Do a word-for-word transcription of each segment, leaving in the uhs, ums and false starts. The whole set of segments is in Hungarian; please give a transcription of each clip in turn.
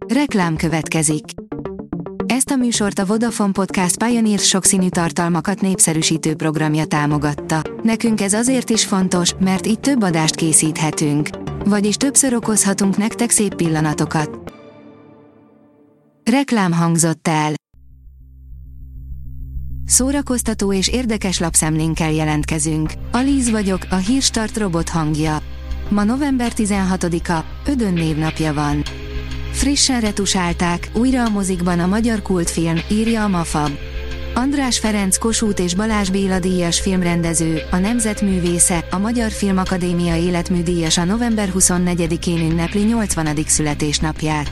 Reklám következik. Ezt a műsort a Vodafone Podcast Pioneer sokszínű tartalmakat népszerűsítő programja támogatta. Nekünk ez azért is fontos, mert így több adást készíthetünk. Vagyis többször okozhatunk nektek szép pillanatokat. Reklám hangzott el. Szórakoztató és érdekes lapszemlénkkel jelentkezünk. Alíz vagyok, a Hírstart robot hangja. Ma november tizenhatodika, Ödön névnapja van. Frissen retusálták, újra a mozikban a magyar kultfilm, írja a Mafab. András Ferenc Kossuth és Balázs Béla díjas filmrendező, a Nemzet művésze, a Magyar Filmakadémia életműdíjasa november huszonnegyedikén ünnepli nyolcvanadik születésnapját.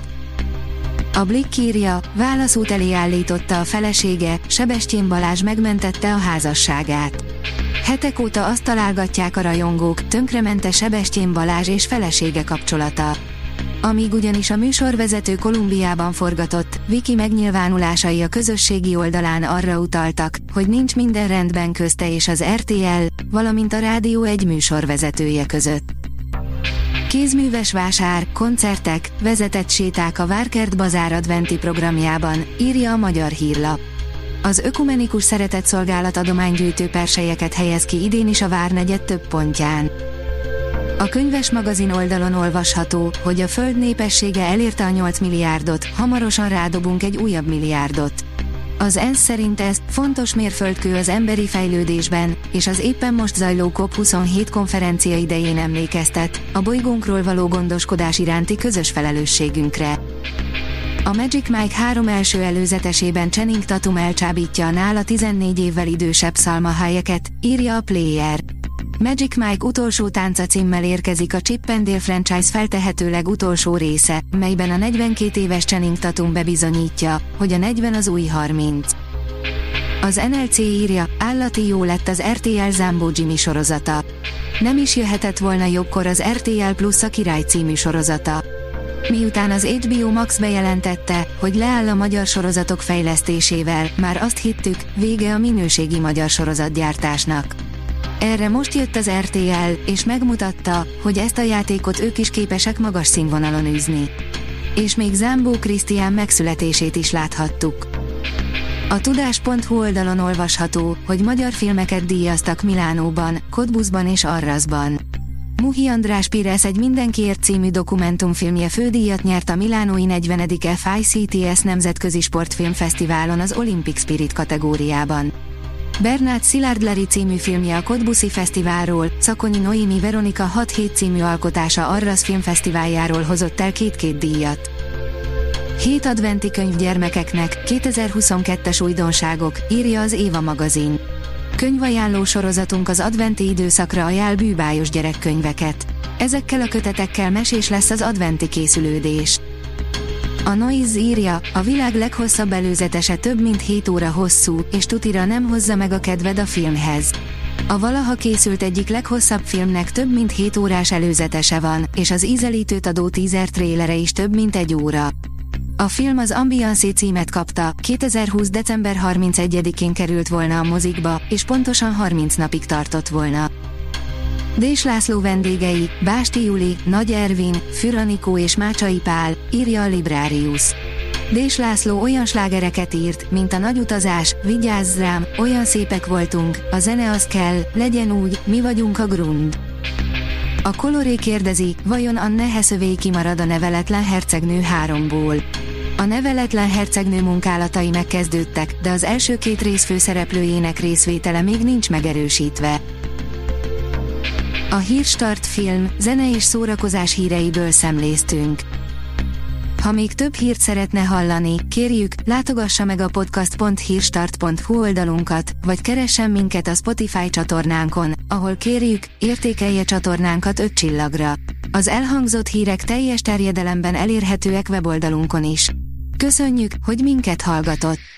A Blick írja, válaszút elé állította a felesége, Sebestyén Balázs megmentette a házasságát. Hetek óta azt találgatják a rajongók, tönkremente Sebestyén Balázs és felesége kapcsolata. Amíg ugyanis a műsorvezető Kolumbiában forgatott, Viki megnyilvánulásai a közösségi oldalán arra utaltak, hogy nincs minden rendben közte és az er té el, valamint a Rádió egy műsorvezetője között. Kézműves vásár, koncertek, vezetett séták a Várkert Bazár adventi programjában, írja a Magyar Hírlap. Az ökumenikus szeretetszolgálat adománygyűjtő perselyeket helyez ki idén is a Várnegyed több pontján. A Könyves magazin oldalon olvasható, hogy a Föld népessége elérte a nyolc milliárdot, hamarosan rádobunk egy újabb milliárdot. Az ENSZ szerint ez fontos mérföldkő az emberi fejlődésben, és az éppen most zajló cop huszonhét konferencia idején emlékeztet a bolygónkról való gondoskodás iránti közös felelősségünkre. A Magic Mike három első előzetesében Channing Tatum elcsábítja a nála tizennégy évvel idősebb Salma Hayeket, írja a Player. Magic Mike utolsó tánca címmel érkezik a Chip and Dale franchise feltehetőleg utolsó része, melyben a negyvenkét éves Channing Tatum bebizonyítja, hogy a negyven az új harminc. Az en el cé írja, állati jó lett az er té el Zambó Jimmy sorozata. Nem is jöhetett volna jobbkor az er té el Plus a Király című sorozata. Miután az há bé o Max bejelentette, hogy leáll a magyar sorozatok fejlesztésével, már azt hittük, vége a minőségi magyar sorozatgyártásnak. Erre most jött az er té el, és megmutatta, hogy ezt a játékot ők is képesek magas színvonalon űzni. És még Zambó Krisztián megszületését is láthattuk. A tudás pont hu oldalon olvasható, hogy magyar filmeket díjaztak Milánóban, Cottbusban és Arrasban. Muhi András Pires egy Mindenkiért című dokumentumfilmje fődíjat nyert a milánói negyvenedik ef i cé té es Nemzetközi Sportfilmfesztiválon az Olympic Spirit kategóriában. Bernát Szilárd Leri című filmje a Cottbusi Fesztiválról, Szakonyi Noémi Veronika hat hét című alkotása Arras Filmfesztiváljáról hozott el két-két díjat. Hét adventi könyv gyermekeknek, kétezer-huszonkettes újdonságok, írja az Éva magazin. Könyvajánló sorozatunk az adventi időszakra ajánl bűbájos gyerekkönyveket. Ezekkel a kötetekkel mesés lesz az adventi készülődés. A Noise írja, a világ leghosszabb előzetese több mint hét óra hosszú, és tutira nem hozza meg a kedved a filmhez. A valaha készült egyik leghosszabb filmnek több mint hét órás előzetese van, és az ízelítőt adó teaser trélere is több mint egy óra. A film az Ambiance címet kapta, kétezer-húsz december harmincegyedikén került volna a mozikba, és pontosan harminc napig tartott volna. Dés László vendégei, Básti Juli, Nagy Ervin, Für Anikó és Mácsai Pál, írja a Librarius. Dés László olyan slágereket írt, mint a Nagy utazás, Vigyázz rám, Olyan szépek voltunk, A zene az kell, Legyen úgy, Mi vagyunk a Grund. A Coloré kérdezi, vajon Anne Hathaway kimarad a Neveletlen hercegnő háromból. A Neveletlen hercegnő munkálatai megkezdődtek, de az első két rész főszereplőjének részvétele még nincs megerősítve. A Hírstart film, zene és szórakozás híreiből szemléztünk. Ha még több hírt szeretne hallani, kérjük, látogassa meg a podcast pont hírstart pont hu oldalunkat, vagy keressen minket a Spotify csatornánkon, ahol kérjük, értékelje csatornánkat öt csillagra. Az elhangzott hírek teljes terjedelemben elérhetőek weboldalunkon is. Köszönjük, hogy minket hallgatott!